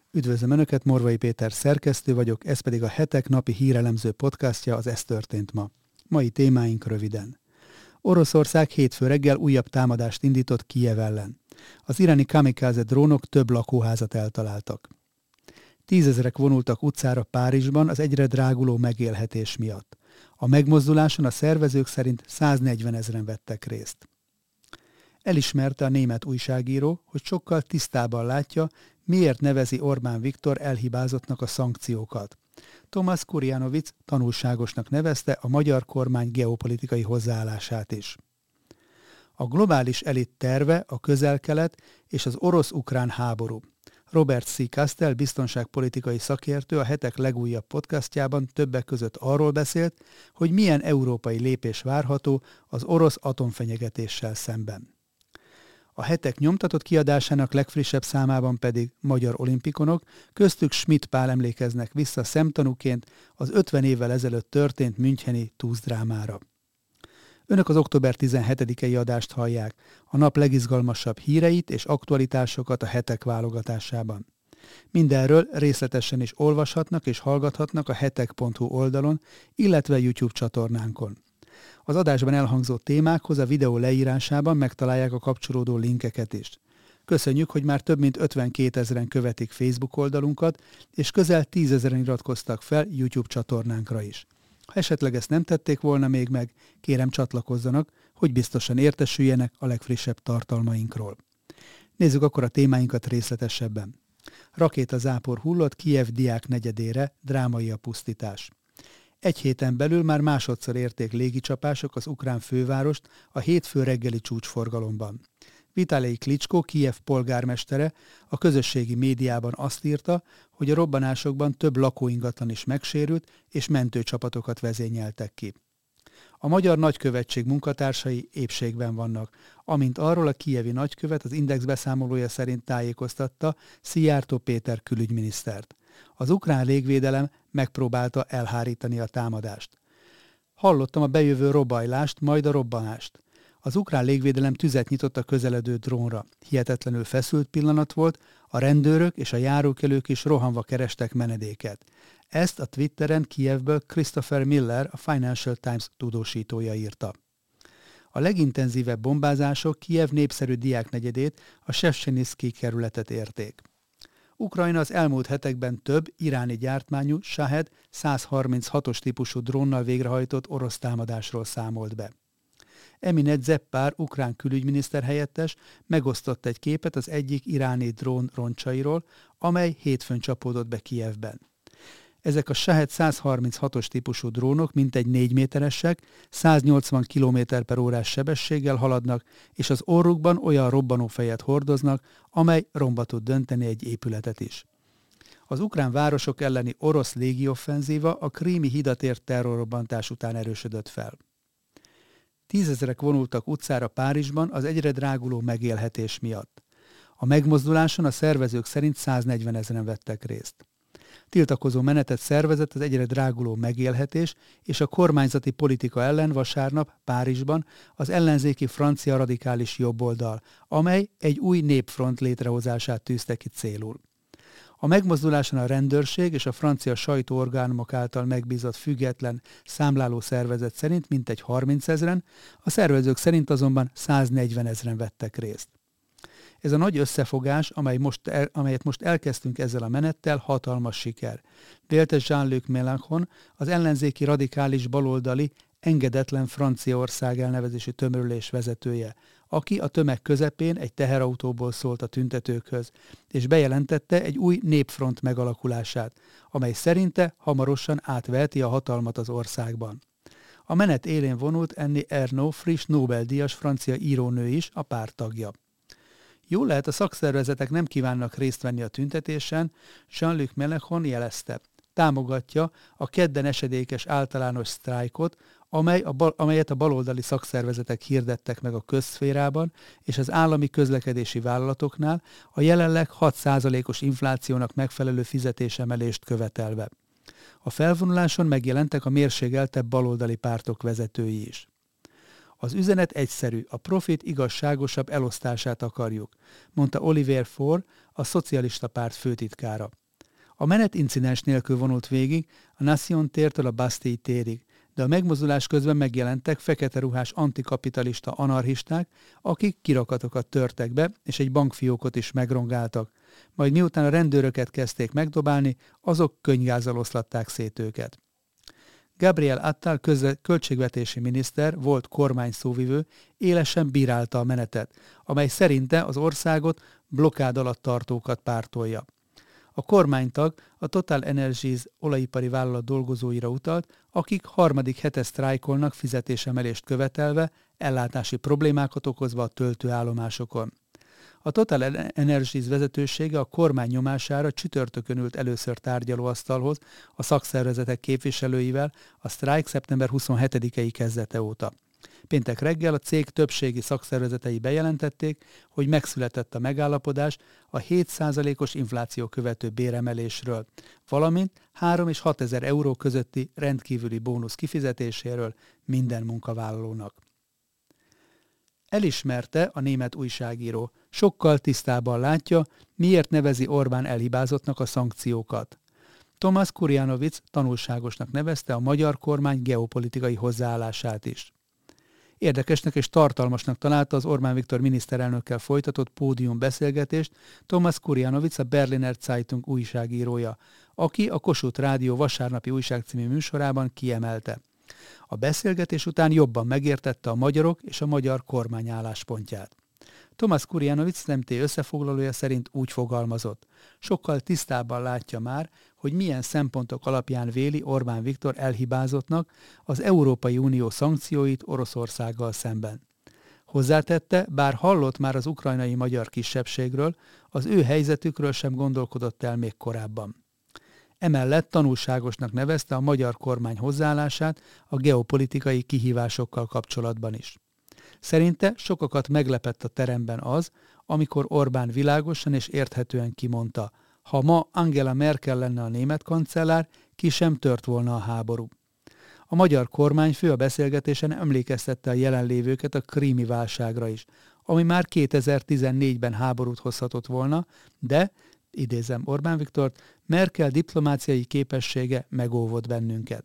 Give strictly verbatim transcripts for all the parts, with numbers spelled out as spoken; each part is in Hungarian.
Üdvözlöm Önöket, Morvai Péter szerkesztő vagyok, ez pedig a Hetek napi hírelemző podcastja, az Ez történt ma. Mai témáink röviden. Oroszország hétfő reggel újabb támadást indított Kijev ellen. Az iráni kamikaze drónok több lakóházat eltaláltak. Tízezrek vonultak utcára Párizsban az egyre dráguló megélhetés miatt. A megmozduláson a szervezők szerint száznegyvenezren vettek részt. Elismerte a német újságíró, hogy sokkal tisztában látja, miért nevezi Orbán Viktor elhibázottnak a szankciókat. Tomasz Kurjanovic tanulságosnak nevezte a magyar kormány geopolitikai hozzáállását is. A globális elit terve a Közel-Kelet és az orosz-ukrán háború. Robert C. Castell biztonságpolitikai szakértő a Hetek legújabb podcastjában többek között arról beszélt, hogy milyen európai lépés várható az orosz atomfenyegetéssel szemben. A Hetek nyomtatott kiadásának legfrissebb számában pedig magyar olimpikonok, köztük Schmidt Pál emlékeznek vissza szemtanúként az ötven évvel ezelőtt történt müncheni túszdrámára. Önök az október tizenhetedikei adást hallják, a nap legizgalmasabb híreit és aktualitásokat a Hetek válogatásában. Mindenről részletesen is olvashatnak és hallgathatnak a hetek pont hu oldalon, illetve YouTube csatornánkon. Az adásban elhangzó témákhoz a videó leírásában megtalálják a kapcsolódó linkeket is. Köszönjük, hogy már több mint ötvenkétezren követik Facebook oldalunkat, és közel tízezren iratkoztak fel YouTube csatornánkra is. Ha esetleg ezt nem tették volna még meg, kérem csatlakozzanak, hogy biztosan értesüljenek a legfrissebb tartalmainkról. Nézzük akkor a témáinkat részletesebben. Rakétazápor hullott Kijev diák negyedére, drámai a pusztítás. Egy héten belül már másodszor érték légicsapások az ukrán fővárost a hétfő reggeli csúcsforgalomban. Vitalij Klitschko, Kijev polgármestere a közösségi médiában azt írta, hogy a robbanásokban több lakóingatlan is megsérült, és mentőcsapatokat vezényeltek ki. A magyar nagykövetség munkatársai épségben vannak, amint arról a kijevi nagykövet az Index beszámolója szerint tájékoztatta Szijjártó Péter külügyminisztert. Az ukrán légvédelem megpróbálta elhárítani a támadást. Hallottam a bejövő robajlást, majd a robbanást. Az ukrán légvédelem tüzet nyitott a közeledő drónra. Hihetetlenül feszült pillanat volt, a rendőrök és a járókelők is rohanva kerestek menedéket. Ezt a Twitteren Kijevből Christopher Miller, a Financial Times tudósítója írta. A legintenzívebb bombázások Kijev népszerű diáknegyedét, a Shevcheniszkij kerületet érték. Ukrajna az elmúlt hetekben több iráni gyártmányú Shahed százharminchatos típusú drónnal végrehajtott orosz támadásról számolt be. Eminet Zeppár, ukrán külügyminiszter helyettes megosztott egy képet az egyik iráni drón roncsairól, amely hétfőn csapódott be Kijevben. Ezek a Shahed százharminchatos típusú drónok mintegy négy méteresek, száznyolcvan kilométer per órás sebességgel haladnak, és az orrukban olyan robbanófejet hordoznak, amely romba tud dönteni egy épületet is. Az ukrán városok elleni orosz légioffenzíva a krími hidat ért terrorrobbantás után erősödött fel. Tízezrek vonultak utcára Párizsban az egyre dráguló megélhetés miatt. A megmozduláson a szervezők szerint száznegyvenezren vettek részt. Tiltakozó menetet szervezett az egyre dráguló megélhetés és a kormányzati politika ellen vasárnap Párizsban az ellenzéki francia radikális jobboldal, amely egy új népfront létrehozását tűzte ki célul. A megmozduláson a rendőrség és a francia sajtóorgánumok által megbízott független számláló szervezet szerint mintegy harmincezren, a szervezők szerint azonban száznegyvenezren vettek részt. Ez a nagy összefogás, amely most el, amelyet most elkezdtünk ezzel a menettel, hatalmas siker. Vélte Jean-Luc Mélenchon, az ellenzéki radikális baloldali Engedetlen Franciaország elnevezésű tömörülés vezetője, aki a tömeg közepén egy teherautóból szólt a tüntetőkhöz, és bejelentette egy új népfront megalakulását, amely szerinte hamarosan átveheti a hatalmat az országban. A menet élén vonult Annie Ernaux, friss Nobel-díjas francia írónő is, a párt tagja. Jól lehet, a szakszervezetek nem kívánnak részt venni a tüntetésen, Jean-Luc Mélenchon jelezte. Támogatja a kedden esedékes általános sztrájkot, amely a bal, amelyet a baloldali szakszervezetek hirdettek meg a közszférában és az állami közlekedési vállalatoknál a jelenleg hat százalékos inflációnak megfelelő fizetésemelést követelve. A felvonuláson megjelentek a mérsékeltebb baloldali pártok vezetői is. Az üzenet egyszerű, a profit igazságosabb elosztását akarjuk, mondta Olivier Faure, a szocialista párt főtitkára. A menet incidens nélkül vonult végig a Nation tértől a Bastille térig, de a megmozdulás közben megjelentek fekete ruhás antikapitalista anarchisták, akik kirakatokat törtek be, és egy bankfiókot is megrongáltak. Majd miután a rendőröket kezdték megdobálni, azok könnygázzal oszlatták szét őket. Gabriel Attal közve- költségvetési miniszter, volt kormányszóvivő, élesen bírálta a menetet, amely szerinte az országot blokkád alatt tartókat pártolja. A kormánytag a Total Energies olajipari vállalat dolgozóira utalt, akik harmadik hete sztrájkolnak fizetésemelést követelve, ellátási problémákat okozva a töltőállomásokon. A Total Energies vezetősége a kormány nyomására csütörtökön ült először tárgyalóasztalhoz a szakszervezetek képviselőivel a sztrájk szeptember huszonhetedikei kezdete óta. Péntek reggel a cég többségi szakszervezetei bejelentették, hogy megszületett a megállapodás a hét százalékos infláció követő béremelésről, valamint három és hatezer euró közötti rendkívüli bónusz kifizetéséről minden munkavállalónak. Elismerte a német újságíró, sokkal tisztában látja, miért nevezi Orbán elhibázottnak a szankciókat. Thomas Kurjanovic tanulságosnak nevezte a magyar kormány geopolitikai hozzáállását is. Érdekesnek és tartalmasnak találta az Orbán Viktor miniszterelnökkel folytatott pódiumbeszélgetést Thomas Kurjanovic, a Berliner Zeitung újságírója, aki a Kossuth Rádió vasárnapi újság című műsorában kiemelte. A beszélgetés után jobban megértette a magyarok és a magyar kormány álláspontját. Thomas Kurjanovic em té összefoglalója szerint úgy fogalmazott. Sokkal tisztábban látja már, hogy milyen szempontok alapján véli Orbán Viktor elhibázottnak az Európai Unió szankcióit Oroszországgal szemben. Hozzátette, bár hallott már az ukrajnai magyar kisebbségről, az ő helyzetükről sem gondolkodott el még korábban. Emellett tanulságosnak nevezte a magyar kormány hozzáállását a geopolitikai kihívásokkal kapcsolatban is. Szerinte sokakat meglepett a teremben az, amikor Orbán világosan és érthetően kimondta, ha ma Angela Merkel lenne a német kancellár, ki sem tört volna a háború. A magyar kormányfő a beszélgetésen emlékeztette a jelenlévőket a krími válságra is, ami már kétezer-tizennégyben háborút hozhatott volna, de, idézem Orbán Viktort, Merkel diplomáciai képessége megóvott bennünket.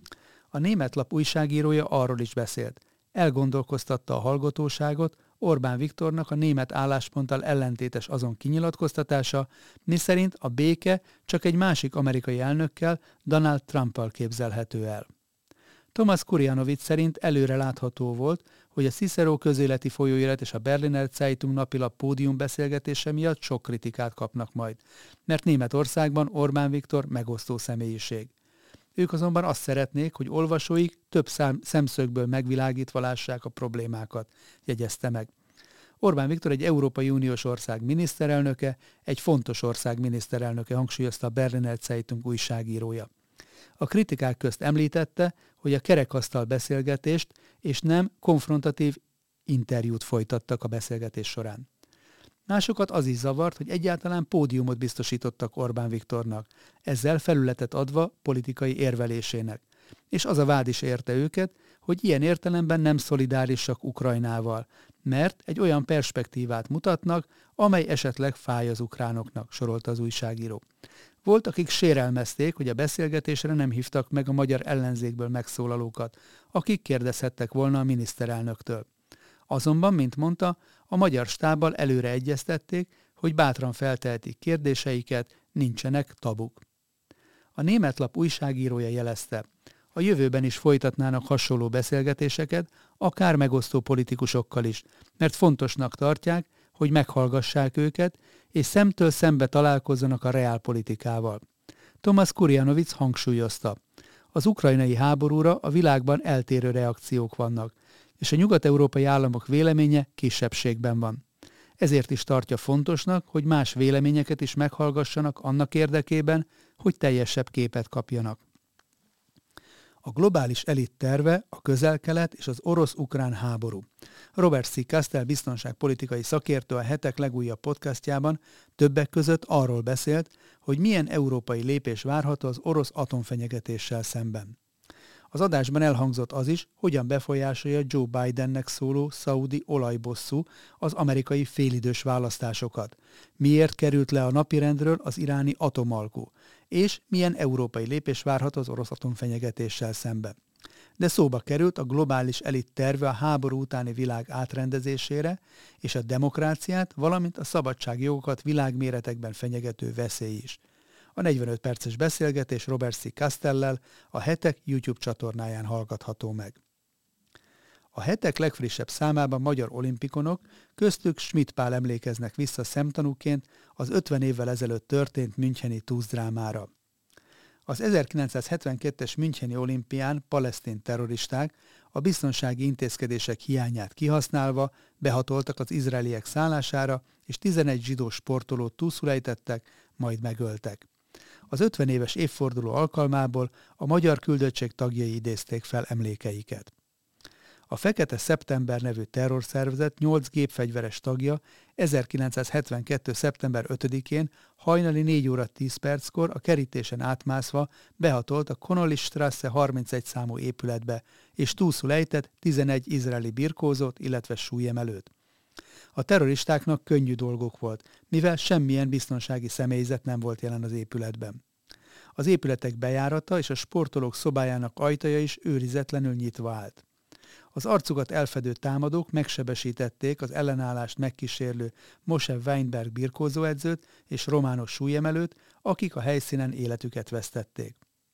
A Német Lap újságírója arról is beszélt. Elgondolkoztatta a hallgatóságot Orbán Viktornak a német állásponttal ellentétes azon kinyilatkoztatása, miszerint a béke csak egy másik amerikai elnökkel, Donald Trumpal képzelhető el. Thomas Kurjanovic szerint előre látható volt, hogy a Cicero közéleti folyóirat és a Berliner Zeitung napilap pódiumbeszélgetése miatt sok kritikát kapnak majd, mert Németországban Orbán Viktor megosztó személyiség. Ők azonban azt szeretnék, hogy olvasóik több szám, szemszögből megvilágítva lássák a problémákat, jegyezte meg. Orbán Viktor egy Európai Uniós ország miniszterelnöke, egy fontos ország miniszterelnöke, hangsúlyozta a Berliner Zeitung újságírója. A kritikák közt említette, hogy a kerekasztal beszélgetést és nem konfrontatív interjút folytattak a beszélgetés során. Másokat az is zavart, hogy egyáltalán pódiumot biztosítottak Orbán Viktornak, ezzel felületet adva politikai érvelésének. És az a vád is érte őket, hogy ilyen értelemben nem szolidárisak Ukrajnával, mert egy olyan perspektívát mutatnak, amely esetleg fáj az ukránoknak, sorolta az újságíró. Volt, akik sérelmezték, hogy a beszélgetésre nem hívtak meg a magyar ellenzékből megszólalókat, akik kérdezhettek volna a miniszterelnöktől. Azonban, mint mondta, a magyar stábbal előre egyeztették, hogy bátran feltehetik kérdéseiket, nincsenek tabuk. A Német Lap újságírója jelezte, a jövőben is folytatnának hasonló beszélgetéseket, akár megosztó politikusokkal is, mert fontosnak tartják, hogy meghallgassák őket, és szemtől szembe találkozzanak a reálpolitikával. Thomas Kurjanovic hangsúlyozta, az ukrajnai háborúra a világban eltérő reakciók vannak, és a nyugat-európai államok véleménye kisebbségben van. Ezért is tartja fontosnak, hogy más véleményeket is meghallgassanak annak érdekében, hogy teljesebb képet kapjanak. A globális elit terve a Közel-Kelet és az orosz-ukrán háború. Robert C. Castell biztonságpolitikai szakértő a hetek legújabb podcastjában többek között arról beszélt, hogy milyen európai lépés várható az orosz atomfenyegetéssel szemben. Az adásban elhangzott az is, hogyan befolyásolja Joe Bidennek szóló szaudi olajbosszú az amerikai félidős választásokat, miért került le a napirendről az iráni atomalkú, és milyen európai lépés várhat az orosz atomfenyegetéssel szembe. De szóba került a globális elit terve a háború utáni világ átrendezésére és a demokráciát, valamint a szabadságjogokat világméretekben fenyegető veszély is. A negyvenöt perces beszélgetés Robert C. Castellel a Hetek YouTube csatornáján hallgatható meg. A Hetek legfrissebb számában magyar olimpikonok, köztük Schmidt Pál emlékeznek vissza szemtanúként az ötven évvel ezelőtt történt müncheni túszdrámára. Az ezerkilencszázhetvenkettes müncheni olimpián palesztin terroristák a biztonsági intézkedések hiányát kihasználva behatoltak az izraeliek szállására, és tizenegy zsidó sportolót túlszul ejtettek, majd megöltek. Az ötven éves évforduló alkalmából a magyar küldöttség tagjai idézték fel emlékeiket. A Fekete Szeptember nevű terrorszervezet nyolc gépfegyveres tagja ezerkilencszázhetvenkettő. szeptember ötödikén hajnali négy óra tíz perckor a kerítésen átmászva behatolt a Connolly Strasse harmincegy számú épületbe, és túlszul ejtett tizenegy izraeli birkózót, illetve súlyemelőt. A terroristáknak könnyű dolgok volt, mivel semmilyen biztonsági személyzet nem volt jelen az épületben. Az épületek bejárata és a sportolók szobájának ajtaja is őrizetlenül nyitva állt. Az arcukat elfedő támadók megsebesítették az ellenállást megkísérlő Moshe Weinberg birkózóedzőt és Romános súlyemelőt, akik a helyszínen életüket vesztették.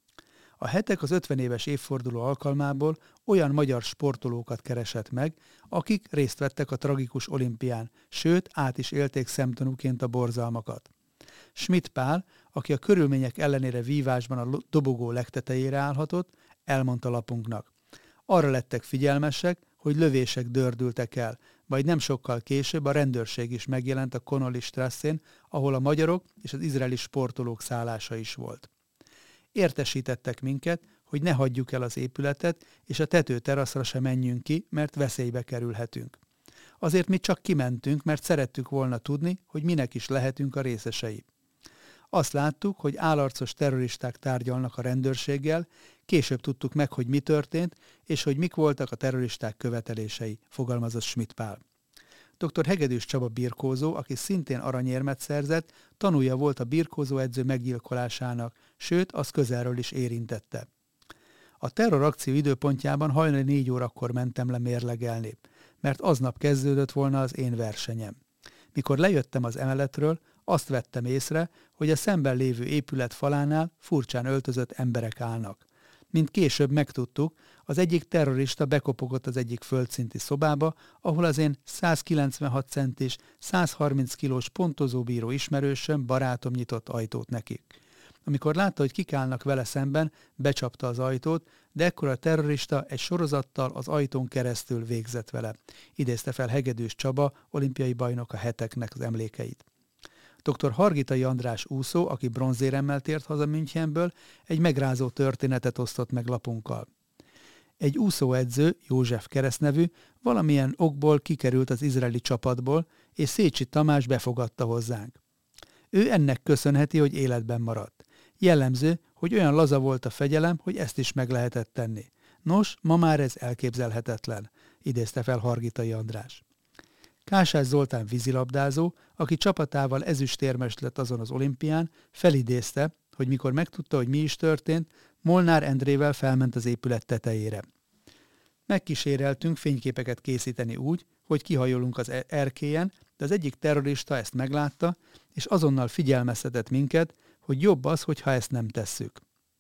A Hetek az ötven éves évforduló alkalmából olyan magyar sportolókat keresett meg, akik részt vettek a tragikus olimpián, sőt át is élték szemtanúként a borzalmakat. Schmidt Pál, aki a körülmények ellenére vívásban a dobogó legtetejére állhatott, elmondta lapunknak. Arra lettek figyelmesek, hogy lövések dördültek el, majd nem sokkal később a rendőrség is megjelent a Connolly Strasszén, ahol a magyarok és az izraeli sportolók szállása is volt. Értesítettek minket, hogy ne hagyjuk el az épületet, és a tetőteraszra se menjünk ki, mert veszélybe kerülhetünk. Azért mi csak kimentünk, mert szerettük volna tudni, hogy minek is lehetünk a részesei. Azt láttuk, hogy állarcos terroristák tárgyalnak a rendőrséggel, később tudtuk meg, hogy mi történt, és hogy mik voltak a terroristák követelései, fogalmazott Schmidt Pál. dr. Hegedűs Csaba birkózó, aki szintén aranyérmet szerzett, tanúja volt a birkózóedző meggyilkolásának, sőt, az közelről is érintette. A terrorakció időpontjában hajnali négy órakor mentem le mérlegelni, mert aznap kezdődött volna az én versenyem. Mikor lejöttem az emeletről, azt vettem észre, hogy a szemben lévő épület falánál furcsán öltözött emberek állnak. Mint később megtudtuk, az egyik terrorista bekopogott az egyik földszinti szobába, ahol az én százkilencvenhat centis, százharminc kilós pontozóbíró ismerősöm, barátom nyitott ajtót nekik. Amikor látta, hogy kik állnak vele szemben, becsapta az ajtót, de ekkor a terrorista egy sorozattal az ajtón keresztül végzett vele. Idézte fel Hegedűs Csaba, olimpiai bajnok a Heteknek az emlékeit. dr. Hargitai András úszó, aki bronzéremmel tért haza Münchenből, egy megrázó történetet osztott meg lapunkkal. Egy úszóedző, József keresztnevű, valamilyen okból kikerült az izraeli csapatból, és Szécsi Tamás befogadta hozzánk. Ő ennek köszönheti, hogy életben maradt. Jellemző, hogy olyan laza volt a fegyelem, hogy ezt is meg lehetett tenni. Nos, ma már ez elképzelhetetlen, idézte fel Hargitai András. Kásás Zoltán vízilabdázó, aki csapatával ezüstérmes lett azon az olimpián, felidézte, hogy mikor megtudta, hogy mi is történt, Molnár Endrével felment az épület tetejére. Megkíséreltünk fényképeket készíteni úgy, hogy kihajolunk az erkélyen, de az egyik terrorista ezt meglátta, és azonnal figyelmeztetett minket, hogy jobb az, hogyha ezt nem tesszük.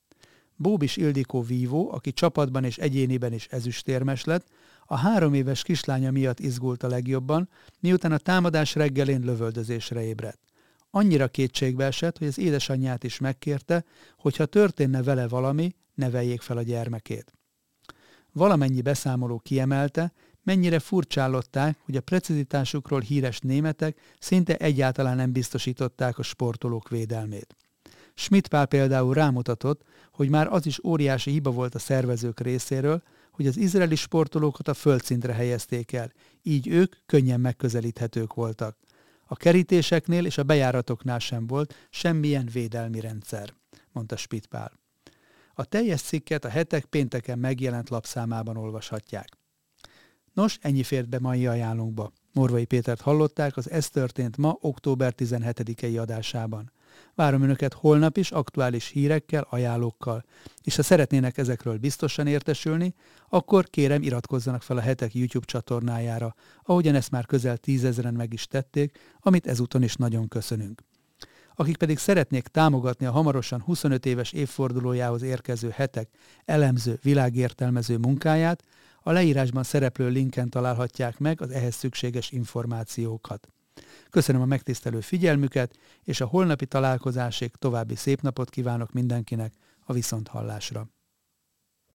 Bóbis Ildikó vívó, aki csapatban és egyéniben is ezüstérmes lett, a három éves kislánya miatt izgult a legjobban, miután a támadás reggelén lövöldözésre ébredt. Annyira kétségbe esett, hogy az édesanyját is megkérte, hogy ha történne vele valami, neveljék fel a gyermekét. Valamennyi beszámoló kiemelte, mennyire furcsállották, hogy a precizitásukról híres németek szinte egyáltalán nem biztosították a sportolók védelmét. Schmidt Pál például rámutatott, hogy már az is óriási hiba volt a szervezők részéről, hogy az izraeli sportolókat a földszintre helyezték el, így ők könnyen megközelíthetők voltak. A kerítéseknél és a bejáratoknál sem volt semmilyen védelmi rendszer, mondta Schmidt Pál. A teljes cikket a Hetek pénteken megjelent lapszámában olvashatják. Nos, ennyi fért be mai ajánlónkba. Morvai Pétert hallották az Ez történt ma október tizenhetedikei adásában. Várom Önöket holnap is aktuális hírekkel, ajánlókkal, és ha szeretnének ezekről biztosan értesülni, akkor kérem iratkozzanak fel a Hetek YouTube csatornájára, ahogyan ezt már közel tízezren meg is tették, amit ezúton is nagyon köszönünk. Akik pedig szeretnék támogatni a hamarosan huszonöt éves évfordulójához érkező Hetek elemző, világértelmező munkáját, a leírásban szereplő linken találhatják meg az ehhez szükséges információkat. Köszönöm a megtisztelő figyelmüket, és a holnapi találkozásig további szép napot kívánok mindenkinek a viszonthallásra.